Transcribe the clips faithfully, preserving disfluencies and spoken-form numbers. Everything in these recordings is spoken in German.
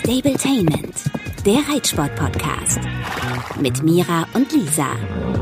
Stabletainment, der Reitsport-Podcast mit Mira und Lisa.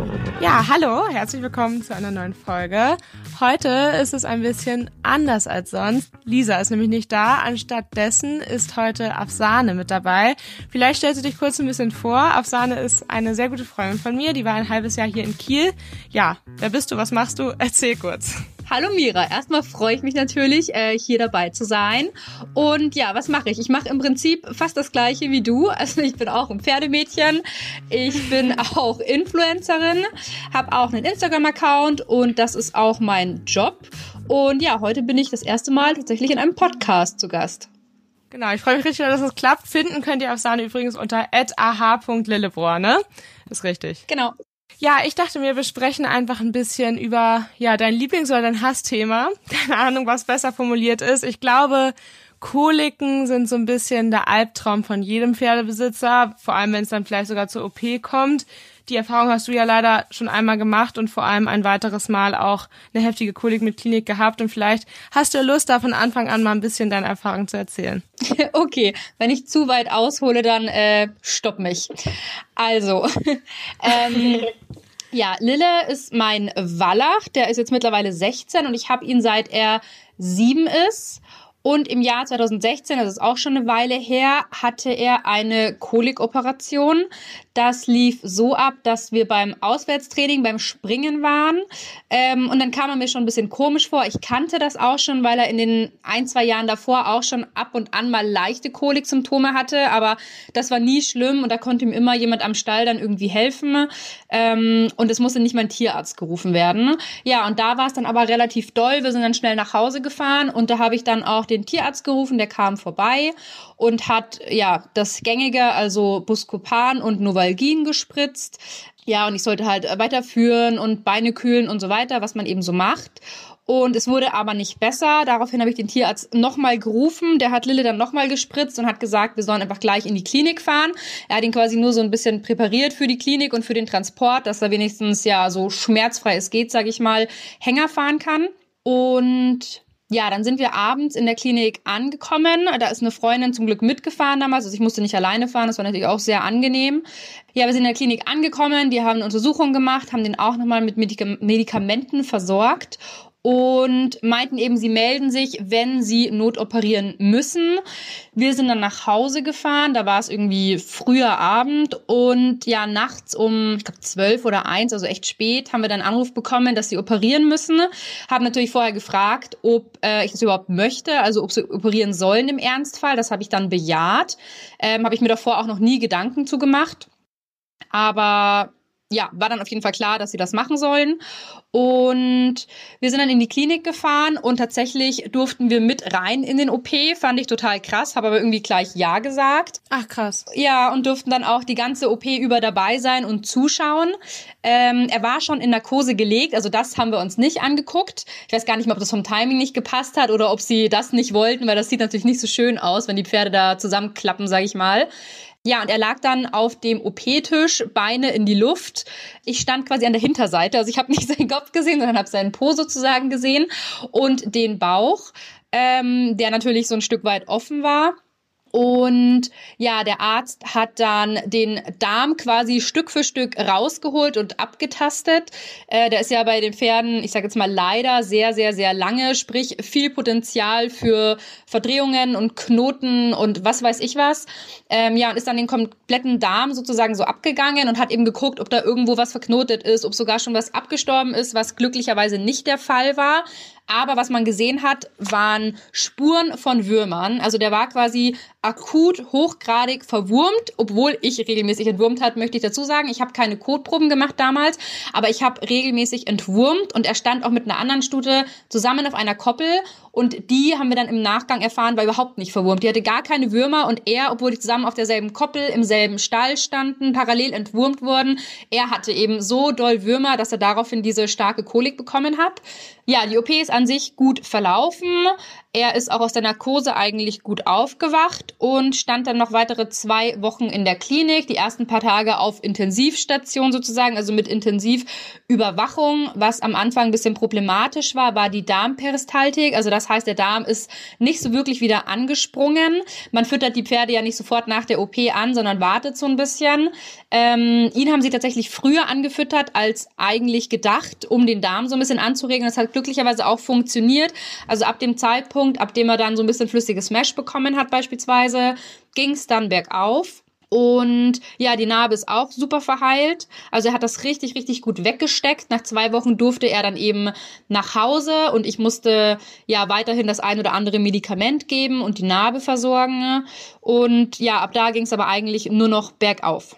Ja, hallo, herzlich willkommen zu einer neuen Folge. Heute ist es ein bisschen anders als sonst. Lisa ist nämlich nicht da, anstattdessen ist heute Afsane mit dabei. Vielleicht stellst du dich kurz ein bisschen vor. Afsane ist eine sehr gute Freundin von mir, die war ein halbes Jahr hier in Kiel. Ja, wer bist du, was machst du? Erzähl kurz. Hallo Mira, erstmal freue ich mich natürlich, äh, hier dabei zu sein. Und ja, was mache ich? Ich mache im Prinzip fast das Gleiche wie du. Also ich bin auch ein Pferdemädchen, ich bin auch Influencerin, habe auch einen Instagram-Account und das ist auch mein Job. Und ja, heute bin ich das erste Mal tatsächlich in einem Podcast zu Gast. Genau, ich freue mich richtig, dass es klappt. Finden könnt ihr Afsane übrigens unter at a h punkt lillebrohr, ne? Ist richtig. Genau. Ja, ich dachte, wir besprechen einfach ein bisschen über ja dein Lieblings- oder dein Hassthema. Keine Ahnung, was besser formuliert ist. Ich glaube, Koliken sind so ein bisschen der Albtraum von jedem Pferdebesitzer, vor allem wenn es dann vielleicht sogar zur O P kommt. Die Erfahrung hast du ja leider schon einmal gemacht und vor allem ein weiteres Mal auch eine heftige Kolik mit Klinik gehabt. Und vielleicht hast du ja Lust, da von Anfang an mal ein bisschen deine Erfahrung zu erzählen. Okay, wenn ich zu weit aushole, dann äh, stopp mich. Also, ähm, ja, Lille ist mein Wallach, der ist jetzt mittlerweile sechzehn und ich habe ihn seit er sieben ist. Und im Jahr zwanzig sechzehn, das ist auch schon eine Weile her, hatte er eine Kolikoperation. Das lief so ab, dass wir beim Auswärtstraining, beim Springen waren. Ähm, und dann kam er mir schon ein bisschen komisch vor. Ich kannte das auch schon, weil er in den ein, zwei Jahren davor auch schon ab und an mal leichte Koliksymptome hatte. Aber das war nie schlimm und da konnte ihm immer jemand am Stall dann irgendwie helfen. Ähm, und es musste nicht mal ein Tierarzt gerufen werden. Ja, und da war es dann aber relativ doll. Wir sind dann schnell nach Hause gefahren und da habe ich dann auch den Tierarzt gerufen, der kam vorbei und hat ja das Gängige, also Buscopan und Novalgin gespritzt. Ja, und ich sollte halt weiterführen und Beine kühlen und so weiter, was man eben so macht. Und es wurde aber nicht besser. Daraufhin habe ich den Tierarzt nochmal gerufen. Der hat Lille dann nochmal gespritzt und hat gesagt, wir sollen einfach gleich in die Klinik fahren. Er hat ihn quasi nur so ein bisschen präpariert für die Klinik und für den Transport, dass er wenigstens ja so schmerzfrei es geht, sage ich mal, Hänger fahren kann. Und ja, dann sind wir abends in der Klinik angekommen. Da ist eine Freundin zum Glück mitgefahren damals. Also ich musste nicht alleine fahren. Das war natürlich auch sehr angenehm. Ja, wir sind in der Klinik angekommen. Die haben eine Untersuchung gemacht, haben den auch nochmal mit Medika- Medikamenten versorgt und meinten eben, sie melden sich, wenn sie notoperieren müssen. Wir sind dann nach Hause gefahren, da war es irgendwie früher Abend und ja, nachts um, ich glaube, zwölf oder eins, also echt spät, haben wir dann einen Anruf bekommen, dass sie operieren müssen. Haben natürlich vorher gefragt, ob äh, ich das überhaupt möchte, also ob sie operieren sollen im Ernstfall. Das habe ich dann bejaht. Ähm, habe ich mir davor auch noch nie Gedanken zu gemacht. Aber ja, war dann auf jeden Fall klar, dass sie das machen sollen. Und wir sind dann in die Klinik gefahren und tatsächlich durften wir mit rein in den O P. Fand ich total krass, habe aber irgendwie gleich Ja gesagt. Ach, krass. Ja, und durften dann auch die ganze O P über dabei sein und zuschauen. Ähm, er war schon in Narkose gelegt, also das haben wir uns nicht angeguckt. Ich weiß gar nicht mehr, ob das vom Timing nicht gepasst hat oder ob sie das nicht wollten, weil das sieht natürlich nicht so schön aus, wenn die Pferde da zusammenklappen, sage ich mal. Ja, und er lag dann auf dem O P-Tisch, Beine in die Luft. Ich stand quasi an der Hinterseite, also ich habe nicht seinen Kopf gesehen, sondern habe seinen Po sozusagen gesehen und den Bauch, ähm, der natürlich so ein Stück weit offen war. Und ja, der Arzt hat dann den Darm quasi Stück für Stück rausgeholt und abgetastet. Äh, der ist ja bei den Pferden, ich sage jetzt mal leider, sehr, sehr, sehr lange, sprich viel Potenzial für Verdrehungen und Knoten und was weiß ich was. Ähm, ja, und ist dann den kompletten Darm sozusagen so abgegangen und hat eben geguckt, ob da irgendwo was verknotet ist, ob sogar schon was abgestorben ist, was glücklicherweise nicht der Fall war. Aber was man gesehen hat, waren Spuren von Würmern. Also der war quasi akut hochgradig verwurmt, obwohl ich regelmäßig entwurmt hat, möchte ich dazu sagen. Ich habe keine Kotproben gemacht damals, aber ich habe regelmäßig entwurmt und er stand auch mit einer anderen Stute zusammen auf einer Koppel und die haben wir dann im Nachgang erfahren, war überhaupt nicht verwurmt. Die hatte gar keine Würmer und er, obwohl die zusammen auf derselben Koppel im selben Stall standen, parallel entwurmt wurden, er hatte eben so doll Würmer, dass er daraufhin diese starke Kolik bekommen hat. Ja, die O P ist an sich gut verlaufen. Er ist auch aus der Narkose eigentlich gut aufgewacht und stand dann noch weitere zwei Wochen in der Klinik. Die ersten paar Tage auf Intensivstation sozusagen, also mit Intensivüberwachung. Was am Anfang ein bisschen problematisch war, war die Darmperistaltik. Also das heißt, der Darm ist nicht so wirklich wieder angesprungen. Man füttert die Pferde ja nicht sofort nach der O P an, sondern wartet so ein bisschen. Ähm, ihn haben sie tatsächlich früher angefüttert als eigentlich gedacht, um den Darm so ein bisschen anzuregen. Das hat glücklicherweise auch funktioniert. Also ab dem Zeitpunkt, ab dem er dann so ein bisschen flüssiges Mesh bekommen hat beispielsweise, ging es dann bergauf. Und ja, die Narbe ist auch super verheilt. Also er hat das richtig, richtig gut weggesteckt. Nach zwei Wochen durfte er dann eben nach Hause und ich musste ja weiterhin das ein oder andere Medikament geben und die Narbe versorgen. Und ja, ab da ging es aber eigentlich nur noch bergauf.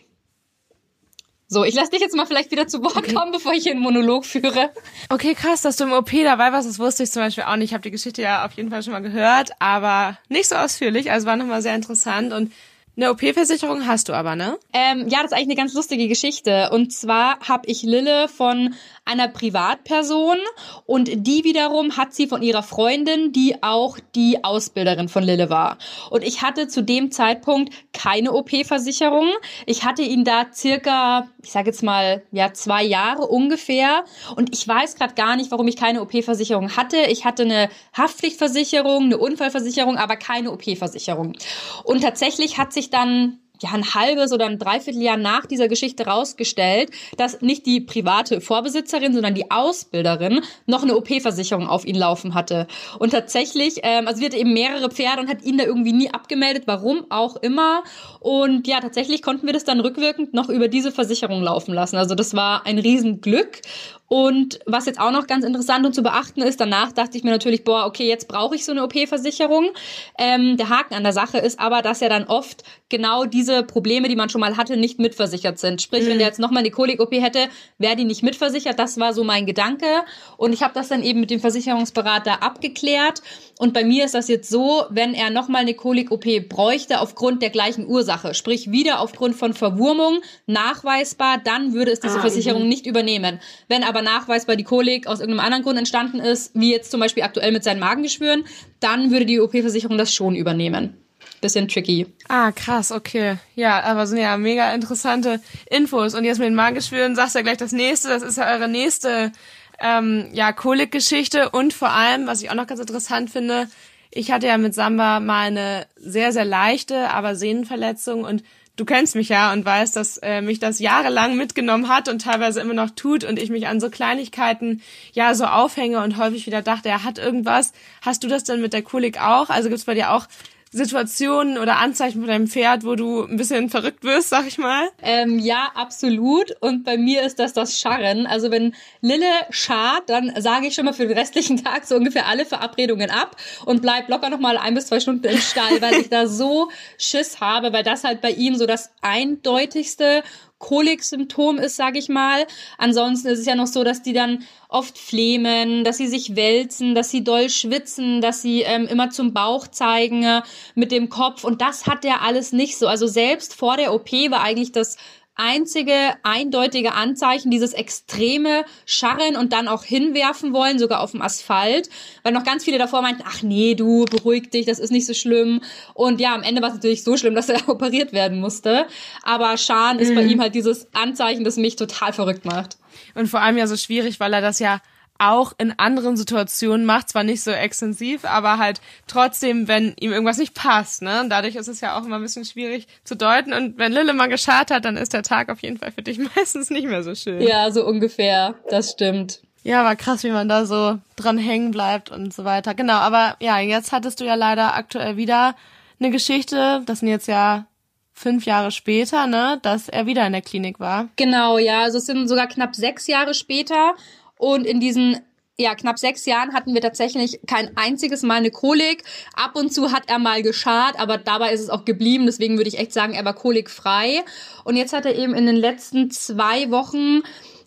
So, ich lasse dich jetzt mal vielleicht wieder zu Wort okay. kommen, bevor ich hier einen Monolog führe. Okay, krass, dass du im O P dabei warst, das wusste ich zum Beispiel auch nicht. Ich habe die Geschichte ja auf jeden Fall schon mal gehört, aber nicht so ausführlich, also war nochmal sehr interessant. Und eine O P-Versicherung hast du aber, ne? Ähm, ja, das ist eigentlich eine ganz lustige Geschichte. Und zwar habe ich Lille von einer Privatperson und die wiederum hat sie von ihrer Freundin, die auch die Ausbilderin von Lille war. Und ich hatte zu dem Zeitpunkt keine O P-Versicherung. Ich hatte ihn da circa, ich sage jetzt mal, ja zwei Jahre ungefähr. Und ich weiß gerade gar nicht, warum ich keine O P-Versicherung hatte. Ich hatte eine Haftpflichtversicherung, eine Unfallversicherung, aber keine O P-Versicherung. Und tatsächlich hat sich dann ja ein halbes oder ein Dreivierteljahr nach dieser Geschichte rausgestellt, dass nicht die private Vorbesitzerin, sondern die Ausbilderin noch eine O P-Versicherung auf ihn laufen hatte. Und tatsächlich, ähm, also sie hatte eben mehrere Pferde und hat ihn da irgendwie nie abgemeldet, warum auch immer. Und ja, tatsächlich konnten wir das dann rückwirkend noch über diese Versicherung laufen lassen. Also das war ein Riesenglück. Und was jetzt auch noch ganz interessant und zu beachten ist, danach dachte ich mir natürlich, boah, okay, jetzt brauche ich so eine O P-Versicherung. Ähm, der Haken an der Sache ist aber, dass ja dann oft genau diese Probleme, die man schon mal hatte, nicht mitversichert sind. Sprich, mhm. wenn der jetzt nochmal eine Kolik-O P hätte, wäre die nicht mitversichert. Das war so mein Gedanke. Und ich habe das dann eben mit dem Versicherungsberater abgeklärt. Und bei mir ist das jetzt so, wenn er nochmal eine Kolik-O P bräuchte aufgrund der gleichen Ursache, sprich wieder aufgrund von Verwurmung, nachweisbar, dann würde es diese ah, Versicherung eben. nicht übernehmen. Wenn aber nachweisbar die Kolik aus irgendeinem anderen Grund entstanden ist, wie jetzt zum Beispiel aktuell mit seinen Magengeschwüren, dann würde die O P-Versicherung das schon übernehmen. Bisschen tricky. Ah, krass, okay. Ja, aber sind ja mega interessante Infos. Und jetzt mit den Magengeschwüren sagst du ja gleich das nächste, das ist ja eure nächste ähm, ja, Kolikgeschichte. Und vor allem, was ich auch noch ganz interessant finde, ich hatte ja mit Samba mal eine sehr, sehr leichte, aber Sehnenverletzung und du kennst mich ja und weißt, dass äh, mich das jahrelang mitgenommen hat und teilweise immer noch tut und ich mich an so Kleinigkeiten ja so aufhänge und häufig wieder dachte, er hat irgendwas. Hast du das denn mit der Kolik auch? Also gibt's bei dir auch Situationen oder Anzeichen von deinem Pferd, wo du ein bisschen verrückt wirst, sag ich mal? Ähm, ja, absolut. Und bei mir ist das das Scharren. Also wenn Lille scharrt, dann sage ich schon mal für den restlichen Tag so ungefähr alle Verabredungen ab und bleib locker noch mal ein bis zwei Stunden im Stall, weil ich da so Schiss habe, weil das halt bei ihm so das eindeutigste Kolik-Symptom ist, sage ich mal. Ansonsten ist es ja noch so, dass die dann oft flehmen, dass sie sich wälzen, dass sie doll schwitzen, dass sie ähm, immer zum Bauch zeigen äh, mit dem Kopf. Und das hat der alles nicht so. Also selbst vor der O P war eigentlich das einzige eindeutige Anzeichen, dieses extreme Scharren und dann auch hinwerfen wollen, sogar auf dem Asphalt, weil noch ganz viele davor meinten, ach nee, du, beruhig dich, das ist nicht so schlimm. Und ja, am Ende war es natürlich so schlimm, dass er operiert werden musste. Aber Scharren mhm. ist bei ihm halt dieses Anzeichen, das mich total verrückt macht. Und vor allem ja so schwierig, weil er das ja auch in anderen Situationen macht, zwar nicht so extensiv, aber halt trotzdem, wenn ihm irgendwas nicht passt, ne? Und dadurch ist es ja auch immer ein bisschen schwierig zu deuten. Und wenn Lille mal geschart hat, dann ist der Tag auf jeden Fall für dich meistens nicht mehr so schön. Ja, so ungefähr. Das stimmt. Ja, aber krass, wie man da so dran hängen bleibt und so weiter. Genau, aber ja, jetzt hattest du ja leider aktuell wieder eine Geschichte. Das sind jetzt ja fünf Jahre später, ne? Dass er wieder in der Klinik war. Genau, ja. Also es sind sogar knapp sechs Jahre später. Und in diesen ja knapp sechs Jahren hatten wir tatsächlich kein einziges Mal eine Kolik. Ab und zu hat er mal geschart, aber dabei ist es auch geblieben. Deswegen würde ich echt sagen, er war kolikfrei. Und jetzt hat er eben in den letzten zwei Wochen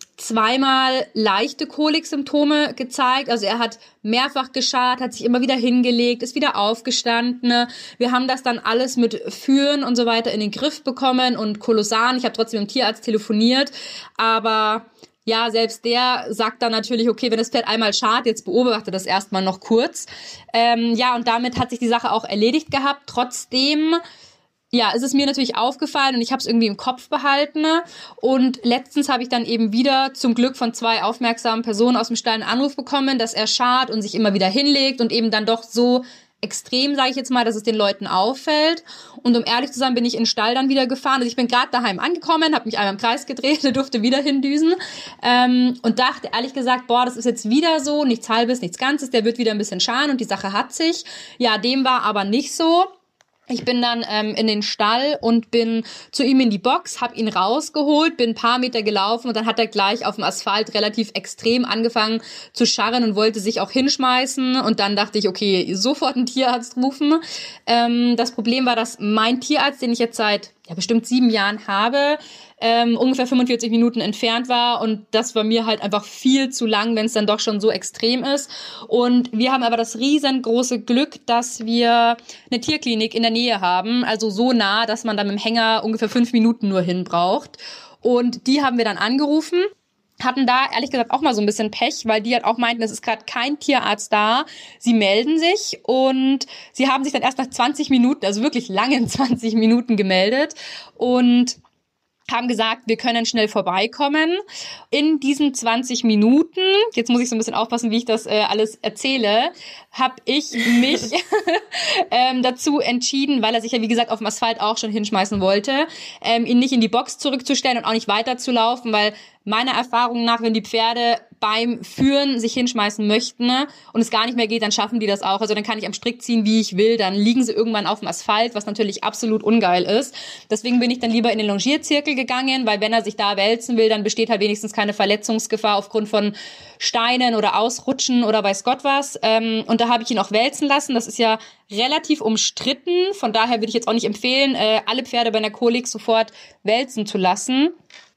zweimal leichte Koliksymptome gezeigt. Also er hat mehrfach geschart, hat sich immer wieder hingelegt, ist wieder aufgestanden. Wir haben das dann alles mit Führen und so weiter in den Griff bekommen und Kolosan. Ich habe trotzdem mit dem Tierarzt telefoniert, aber ja, selbst der sagt dann natürlich, okay, wenn das Pferd einmal schart, jetzt beobachte das erstmal noch kurz. Ähm, ja, und damit hat sich die Sache auch erledigt gehabt. Trotzdem, ja, ist es mir natürlich aufgefallen und ich habe es irgendwie im Kopf behalten. Und letztens habe ich dann eben wieder zum Glück von zwei aufmerksamen Personen aus dem Stall einen Anruf bekommen, dass er schart und sich immer wieder hinlegt und eben dann doch so extrem, sage ich jetzt mal, dass es den Leuten auffällt. Und um ehrlich zu sein, bin ich in den Stall dann wieder gefahren. Also ich bin gerade daheim angekommen, habe mich einmal im Kreis gedreht, durfte wieder hindüsen ähm, und dachte ehrlich gesagt, boah, das ist jetzt wieder so, nichts Halbes, nichts Ganzes, der wird wieder ein bisschen scharen und die Sache hat sich. Ja, dem war aber nicht so. Ich bin dann ähm, in den Stall und bin zu ihm in die Box, hab ihn rausgeholt, bin ein paar Meter gelaufen und dann hat er gleich auf dem Asphalt relativ extrem angefangen zu scharren und wollte sich auch hinschmeißen. Und dann dachte ich, okay, sofort einen Tierarzt rufen. Ähm, das Problem war, dass mein Tierarzt, den ich jetzt seit ja bestimmt sieben Jahren habe, ähm, ungefähr fünfundvierzig Minuten entfernt war und das war mir halt einfach viel zu lang, wenn es dann doch schon so extrem ist. Und wir haben aber das riesengroße Glück, dass wir eine Tierklinik in der Nähe haben, also so nah, dass man dann mit dem Hänger ungefähr fünf Minuten nur hin braucht. Und die haben wir dann angerufen. Hatten da ehrlich gesagt auch mal so ein bisschen Pech, weil die halt auch meinten, es ist gerade kein Tierarzt da. Sie melden sich und sie haben sich dann erst nach zwanzig Minuten, also wirklich langen zwanzig Minuten gemeldet und haben gesagt, wir können schnell vorbeikommen. In diesen zwanzig Minuten, jetzt muss ich so ein bisschen aufpassen, wie ich das äh, alles erzähle, habe ich mich ähm, dazu entschieden, weil er sich ja wie gesagt auf dem Asphalt auch schon hinschmeißen wollte, ähm, ihn nicht in die Box zurückzustellen und auch nicht weiterzulaufen, weil meiner Erfahrung nach, wenn die Pferde beim Führen sich hinschmeißen möchten und es gar nicht mehr geht, dann schaffen die das auch. Also dann kann ich am Strick ziehen, wie ich will. Dann liegen sie irgendwann auf dem Asphalt, was natürlich absolut ungeil ist. Deswegen bin ich dann lieber in den Longierzirkel gegangen, weil wenn er sich da wälzen will, dann besteht halt wenigstens keine Verletzungsgefahr aufgrund von Steinen oder Ausrutschen oder weiß Gott was. Und da habe ich ihn auch wälzen lassen. Das ist ja relativ umstritten. Von daher würde ich jetzt auch nicht empfehlen, alle Pferde bei einer Kolik sofort wälzen zu lassen.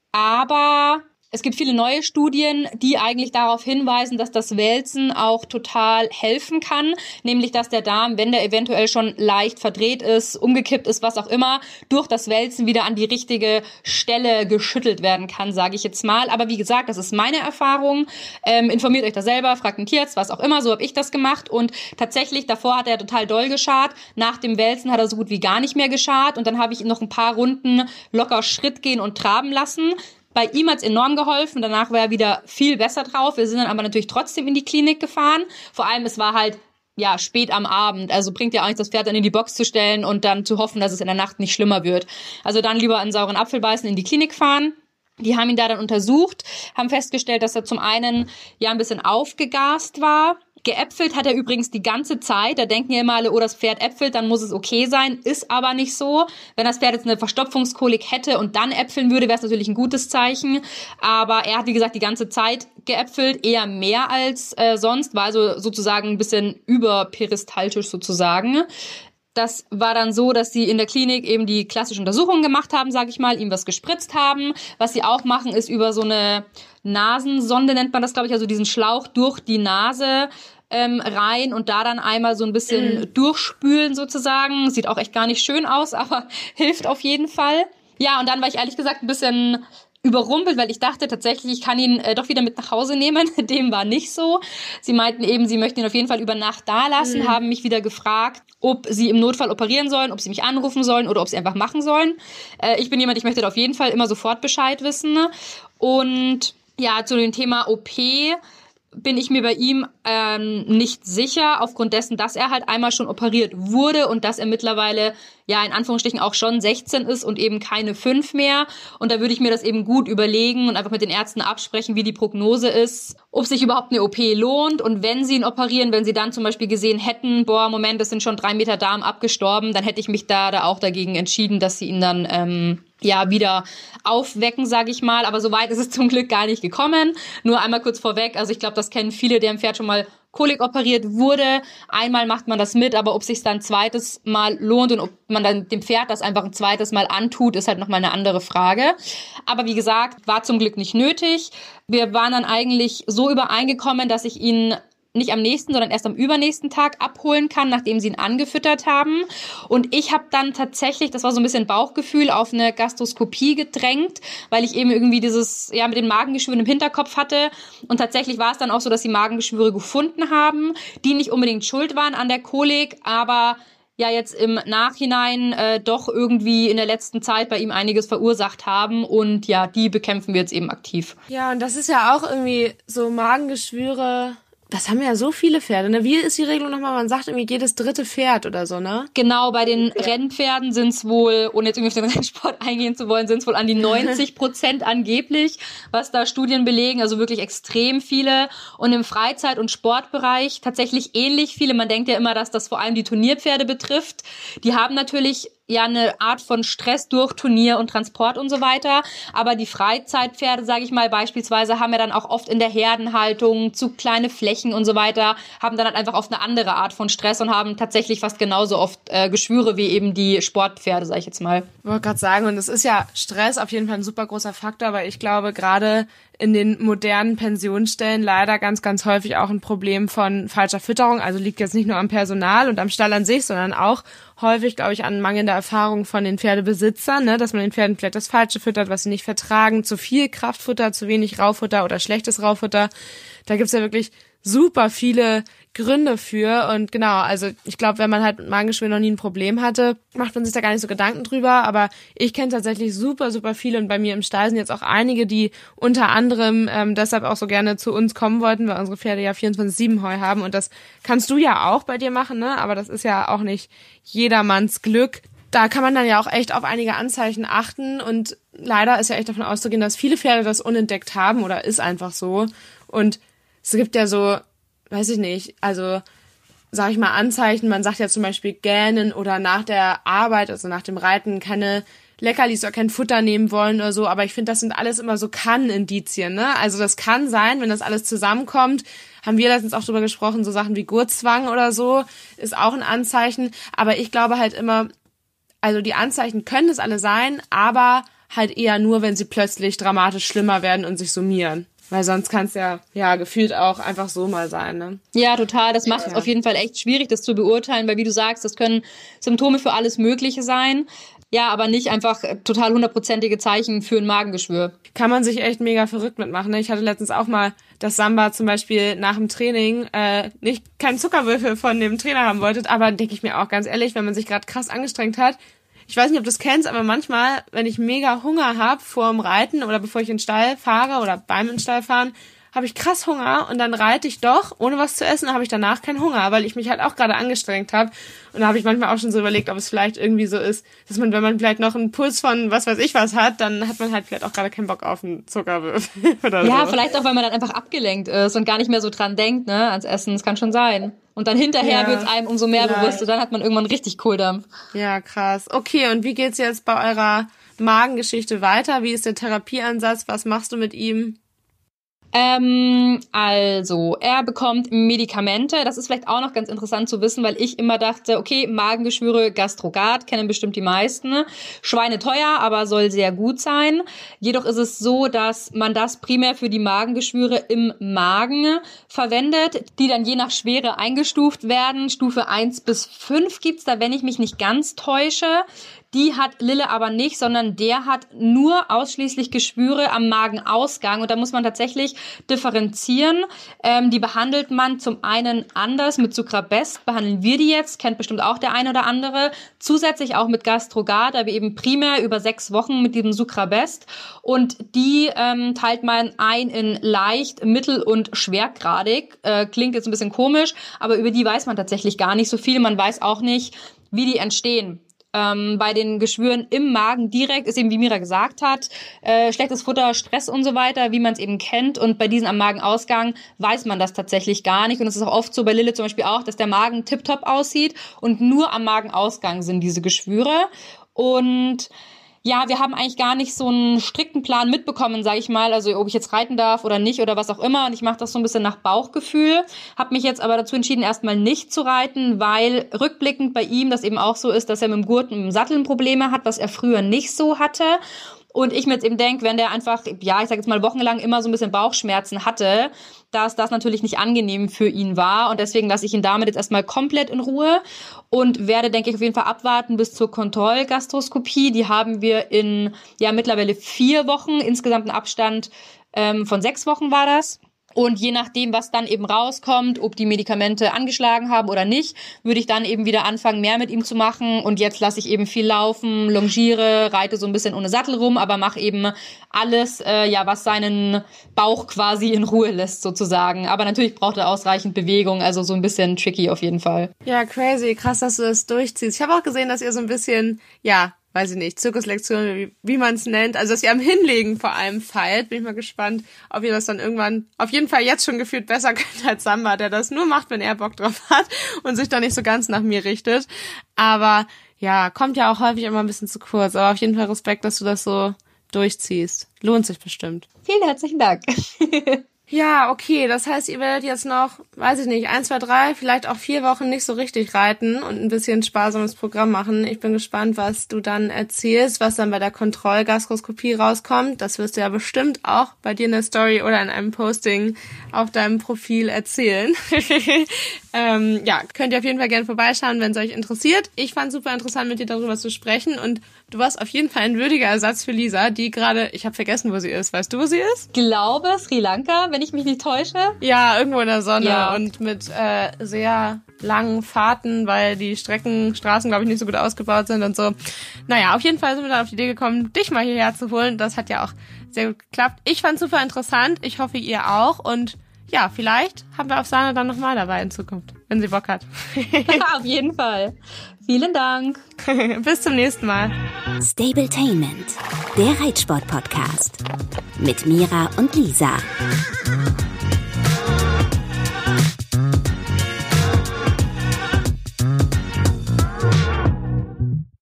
Aber es gibt viele neue Studien, die eigentlich darauf hinweisen, dass das Wälzen auch total helfen kann. Nämlich, dass der Darm, wenn der eventuell schon leicht verdreht ist, umgekippt ist, was auch immer, durch das Wälzen wieder an die richtige Stelle geschüttelt werden kann, sage ich jetzt mal. Aber wie gesagt, das ist meine Erfahrung. Ähm, informiert euch da selber, fragt einen Tierarzt, was auch immer. So habe ich das gemacht. Und tatsächlich, davor hat er total doll geschart. Nach dem Wälzen hat er so gut wie gar nicht mehr geschart. Und dann habe ich ihn noch ein paar Runden locker Schritt gehen und traben lassen. Bei ihm hat's enorm geholfen, danach war er wieder viel besser drauf. Wir sind dann aber natürlich trotzdem in die Klinik gefahren. Vor allem, es war halt ja spät am Abend, also bringt ja auch nichts, das Pferd dann in die Box zu stellen und dann zu hoffen, dass es in der Nacht nicht schlimmer wird. Also dann lieber einen sauren Apfel beißen, in die Klinik fahren. Die haben ihn da dann untersucht, haben festgestellt, dass er zum einen ja ein bisschen aufgegast war. Geäpfelt hat er übrigens die ganze Zeit. Da denken ja immer alle, oh, das Pferd äpfelt, dann muss es okay sein. Ist aber nicht so. Wenn das Pferd jetzt eine Verstopfungskolik hätte und dann äpfeln würde, wäre es natürlich ein gutes Zeichen. Aber er hat, wie gesagt, die ganze Zeit geäpfelt, eher mehr als äh, sonst. War also sozusagen ein bisschen überperistaltisch sozusagen. Das war dann so, dass sie in der Klinik eben die klassische Untersuchung gemacht haben, sage ich mal, ihm was gespritzt haben. Was sie auch machen, ist über so eine Nasensonde, nennt man das, glaube ich, also diesen Schlauch durch die Nase ähm, rein und da dann einmal so ein bisschen mhm. durchspülen sozusagen. Sieht auch echt gar nicht schön aus, aber hilft auf jeden Fall. Ja, und dann war ich ehrlich gesagt ein bisschen überrumpelt, weil ich dachte tatsächlich, ich kann ihn äh, doch wieder mit nach Hause nehmen. Dem war nicht so. Sie meinten eben, sie möchten ihn auf jeden Fall über Nacht da lassen, mhm. haben mich wieder gefragt, ob sie im Notfall operieren sollen, ob sie mich anrufen sollen oder ob sie einfach machen sollen. Äh, ich bin jemand, ich möchte da auf jeden Fall immer sofort Bescheid wissen. Und ja, zu dem Thema O P bin ich mir bei ihm ähm, nicht sicher, aufgrund dessen, dass er halt einmal schon operiert wurde und dass er mittlerweile ja in Anführungsstrichen auch schon sechzehn ist und eben keine fünf mehr. Und da würde ich mir das eben gut überlegen und einfach mit den Ärzten absprechen, wie die Prognose ist, ob sich überhaupt eine O P lohnt. Und wenn sie ihn operieren, wenn sie dann zum Beispiel gesehen hätten, boah, Moment, das sind schon drei Meter Darm abgestorben, dann hätte ich mich da, da auch dagegen entschieden, dass sie ihn dann ähm, ja wieder aufwecken, sage ich mal. Aber so weit ist es zum Glück gar nicht gekommen. Nur einmal kurz vorweg, also ich glaube, das kennen viele, deren Pferd schon mal Kolik operiert wurde. Einmal macht man das mit, aber ob sich dann ein zweites Mal lohnt und ob man dann dem Pferd das einfach ein zweites Mal antut, ist halt nochmal eine andere Frage. Aber wie gesagt, war zum Glück nicht nötig. Wir waren dann eigentlich so übereingekommen, dass ich ihn nicht am nächsten, sondern erst am übernächsten Tag abholen kann, nachdem sie ihn angefüttert haben. Und ich habe dann tatsächlich, das war so ein bisschen Bauchgefühl, auf eine Gastroskopie gedrängt, weil ich eben irgendwie dieses, ja, mit den Magengeschwüren im Hinterkopf hatte. Und tatsächlich war es dann auch so, dass sie Magengeschwüre gefunden haben, die nicht unbedingt schuld waren an der Kolik, aber ja jetzt im Nachhinein äh, doch irgendwie in der letzten Zeit bei ihm einiges verursacht haben und ja, die bekämpfen wir jetzt eben aktiv. Ja, und das ist ja auch irgendwie so Magengeschwüre, das haben ja so viele Pferde, ne? Wie ist die Regelung nochmal? Man sagt irgendwie jedes dritte Pferd oder so, ne? Genau, bei den Rennpferden sind es wohl, ohne jetzt irgendwie auf den Rennsport eingehen zu wollen, sind es wohl an die neunzig Prozent angeblich, was da Studien belegen, also wirklich extrem viele. Und im Freizeit- und Sportbereich tatsächlich ähnlich viele. Man denkt ja immer, dass das vor allem die Turnierpferde betrifft. Die haben natürlich ja eine Art von Stress durch Turnier und Transport und so weiter. Aber die Freizeitpferde, sage ich mal, beispielsweise haben ja dann auch oft in der Herdenhaltung zu kleine Flächen und so weiter, haben dann halt einfach oft eine andere Art von Stress und haben tatsächlich fast genauso oft äh, Geschwüre wie eben die Sportpferde, sage ich jetzt mal. Ich wollte gerade sagen, und es ist ja Stress auf jeden Fall ein super großer Faktor, weil ich glaube, gerade in den modernen Pensionsstellen leider ganz, ganz häufig auch ein Problem von falscher Fütterung. Also liegt jetzt nicht nur am Personal und am Stall an sich, sondern auch häufig, glaube ich, an mangelnder Erfahrung von den Pferdebesitzern, ne, dass man den Pferden vielleicht das Falsche füttert, was sie nicht vertragen, zu viel Kraftfutter, zu wenig Raufutter oder schlechtes Raufutter. Da gibt's ja wirklich super viele Gründe für und genau, also ich glaube, wenn man halt mit Magengeschwüren noch nie ein Problem hatte, macht man sich da gar nicht so Gedanken drüber, aber ich kenne tatsächlich super, super viele und bei mir im Stall sind jetzt auch einige, die unter anderem ähm, deshalb auch so gerne zu uns kommen wollten, weil unsere Pferde ja vierundzwanzig sieben Heu haben und das kannst du ja auch bei dir machen, ne? Aber das ist ja auch nicht jedermanns Glück. Da kann man dann ja auch echt auf einige Anzeichen achten und leider ist ja echt davon auszugehen, dass viele Pferde das unentdeckt haben oder ist einfach so und es gibt ja so, weiß ich nicht, also sag ich mal Anzeichen, man sagt ja zum Beispiel gähnen oder nach der Arbeit, also nach dem Reiten keine Leckerlis oder kein Futter nehmen wollen oder so, aber ich finde, das sind alles immer so Kann-Indizien, ne? Also das kann sein, wenn das alles zusammenkommt, haben wir letztens auch drüber gesprochen, so Sachen wie Gurtzwang oder so, ist auch ein Anzeichen, aber ich glaube halt immer, also die Anzeichen können es alle sein, aber halt eher nur, wenn sie plötzlich dramatisch schlimmer werden und sich summieren. Weil sonst kann es ja, ja, gefühlt auch einfach so mal sein, ne? Ja, total. Das macht es ja auf jeden Fall echt schwierig, das zu beurteilen, weil wie du sagst, das können Symptome für alles Mögliche sein. Ja, aber nicht einfach total hundertprozentige Zeichen für ein Magengeschwür. Kann man sich echt mega verrückt mitmachen, ne? Ich hatte letztens auch mal, dass Samba zum Beispiel nach dem Training äh, nicht keinen Zuckerwürfel von dem Trainer haben wollte, aber denke ich mir auch ganz ehrlich, wenn man sich gerade krass angestrengt hat, ich weiß nicht, ob du das kennst, aber manchmal, wenn ich mega Hunger habe vor dem Reiten oder bevor ich in den Stall fahre oder beim in den Stall fahren, habe ich krass Hunger und dann reite ich doch, ohne was zu essen, habe ich danach keinen Hunger, weil ich mich halt auch gerade angestrengt habe. Und da habe ich manchmal auch schon so überlegt, ob es vielleicht irgendwie so ist, dass man, wenn man vielleicht noch einen Puls von was weiß ich was hat, dann hat man halt vielleicht auch gerade keinen Bock auf einen Zuckerwürfel oder ja, so. Vielleicht auch, weil man dann einfach abgelenkt ist und gar nicht mehr so dran denkt, ne, ans Essen. Das kann schon sein. Und dann hinterher ja, wird's einem umso mehr vielleicht. bewusst und dann hat man irgendwann richtig Kohldampf. Ja, krass. Okay, und wie geht's jetzt bei eurer Magengeschichte weiter? Wie ist der Therapieansatz? Was machst du mit ihm? Ähm, also, er bekommt Medikamente. Das ist vielleicht auch noch ganz interessant zu wissen, weil ich immer dachte, okay, Magengeschwüre, Gastrogard, kennen bestimmt die meisten. Schweine teuer, aber soll sehr gut sein. Jedoch ist es so, dass man das primär für die Magengeschwüre im Magen verwendet, die dann je nach Schwere eingestuft werden. Stufe eins bis fünf gibt's da, wenn ich mich nicht ganz täusche. Die hat Lille aber nicht, sondern der hat nur ausschließlich Geschwüre am Magenausgang. Und da muss man tatsächlich differenzieren. Ähm, die behandelt man zum einen anders. Mit Sucrabest behandeln wir die jetzt, kennt bestimmt auch der eine oder andere. Zusätzlich auch mit Gastrogard, aber eben primär über sechs Wochen mit diesem Sucrabest. Und die ähm, teilt man ein in leicht, mittel- und schwergradig. Äh, klingt jetzt ein bisschen komisch, aber über die weiß man tatsächlich gar nicht so viel. Man weiß auch nicht, wie die entstehen. Ähm, bei den Geschwüren im Magen direkt ist eben, wie Mira gesagt hat, äh, schlechtes Futter, Stress und so weiter, wie man es eben kennt. Und bei diesen am Magenausgang weiß man das tatsächlich gar nicht. Und es ist auch oft so bei Lille zum Beispiel auch, dass der Magen tipptopp aussieht und nur am Magenausgang sind diese Geschwüre. Und ja, wir haben eigentlich gar nicht so einen strikten Plan mitbekommen, sage ich mal, also ob ich jetzt reiten darf oder nicht oder was auch immer. Und ich mache das so ein bisschen nach Bauchgefühl, habe mich jetzt aber dazu entschieden, erstmal nicht zu reiten, weil rückblickend bei ihm das eben auch so ist, dass er mit dem Gurt und mit dem Satteln Probleme hat, was er früher nicht so hatte. Und ich mir jetzt eben denke, wenn der einfach, ja, ich sag jetzt mal wochenlang immer so ein bisschen Bauchschmerzen hatte, dass das natürlich nicht angenehm für ihn war. Und deswegen lasse ich ihn damit jetzt erstmal komplett in Ruhe und werde, denke ich, auf jeden Fall abwarten bis zur Kontrollgastroskopie. Die haben wir in, ja, mittlerweile vier Wochen, insgesamt einen Abstand ähm, von sechs Wochen war das. Und je nachdem, was dann eben rauskommt, ob die Medikamente angeschlagen haben oder nicht, würde ich dann eben wieder anfangen, mehr mit ihm zu machen. Und jetzt lasse ich eben viel laufen, longiere, reite so ein bisschen ohne Sattel rum, aber mache eben alles, äh, ja, was seinen Bauch quasi in Ruhe lässt sozusagen. Aber natürlich braucht er ausreichend Bewegung, also so ein bisschen tricky auf jeden Fall. Ja, crazy, krass, dass du das durchziehst. Ich habe auch gesehen, dass ihr so ein bisschen, ja, weiß ich nicht, Zirkuslektionen, wie, wie man es nennt, also dass ihr am Hinlegen vor allem feilt. Bin ich mal gespannt, ob ihr das dann irgendwann auf jeden Fall jetzt schon gefühlt besser könnt als Samba, der das nur macht, wenn er Bock drauf hat und sich dann nicht so ganz nach mir richtet. Aber ja, kommt ja auch häufig immer ein bisschen zu kurz. Aber auf jeden Fall Respekt, dass du das so durchziehst. Lohnt sich bestimmt. Vielen herzlichen Dank. Ja, okay, das heißt, ihr werdet jetzt noch, weiß ich nicht, eins, zwei, drei, vielleicht auch vier Wochen nicht so richtig reiten und ein bisschen sparsames Programm machen. Ich bin gespannt, was du dann erzählst, was dann bei der Kontrollgastroskopie rauskommt. Das wirst du ja bestimmt auch bei dir in der Story oder in einem Posting auf deinem Profil erzählen. ähm, ja, könnt ihr auf jeden Fall gerne vorbeischauen, wenn es euch interessiert. Ich fand es super interessant, mit dir darüber zu sprechen und du warst auf jeden Fall ein würdiger Ersatz für Lisa, die gerade, ich habe vergessen, wo sie ist. Weißt du, wo sie ist? Ich glaube, Sri Lanka, wenn ich mich nicht täusche. Ja, irgendwo in der Sonne ja. und mit äh, sehr langen Fahrten, weil die Streckenstraßen, glaube ich, nicht so gut ausgebaut sind und so. Naja, auf jeden Fall sind wir dann auf die Idee gekommen, dich mal hierher zu holen. Das hat ja auch sehr gut geklappt. Ich fand's super interessant. Ich hoffe, ihr auch. Und ja, vielleicht haben wir Afsane dann nochmal dabei in Zukunft, wenn sie Bock hat. Auf jeden Fall. Vielen Dank. Bis zum nächsten Mal. Stabletainment, der Reitsport-Podcast mit Mira und Lisa.